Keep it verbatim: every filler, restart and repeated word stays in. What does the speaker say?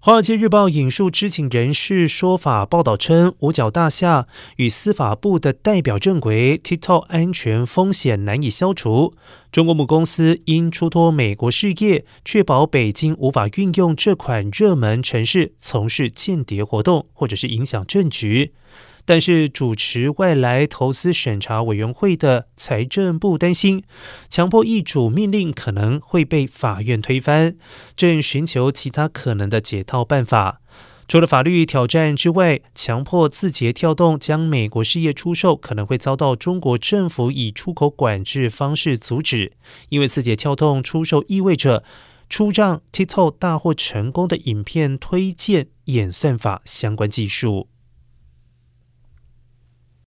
华尔街日报引述知情人士说法报道称，五角大厦与司法部的代表认为 TikTok 安全风险难以消除，中国母公司应出脱美国事业，确保北京无法运用这款热门城市从事间谍活动或者是影响政局。但是主持外来投资审查委员会的财政部担心，强迫易主命令可能会被法院推翻，正寻求其他可能的解套办法。除了法律挑战之外，强迫字节跳动将美国事业出售可能会遭到中国政府以出口管制方式阻止，因为字节跳动出售意味着出让 TikTok 大获成功的影片推荐演算法相关技术。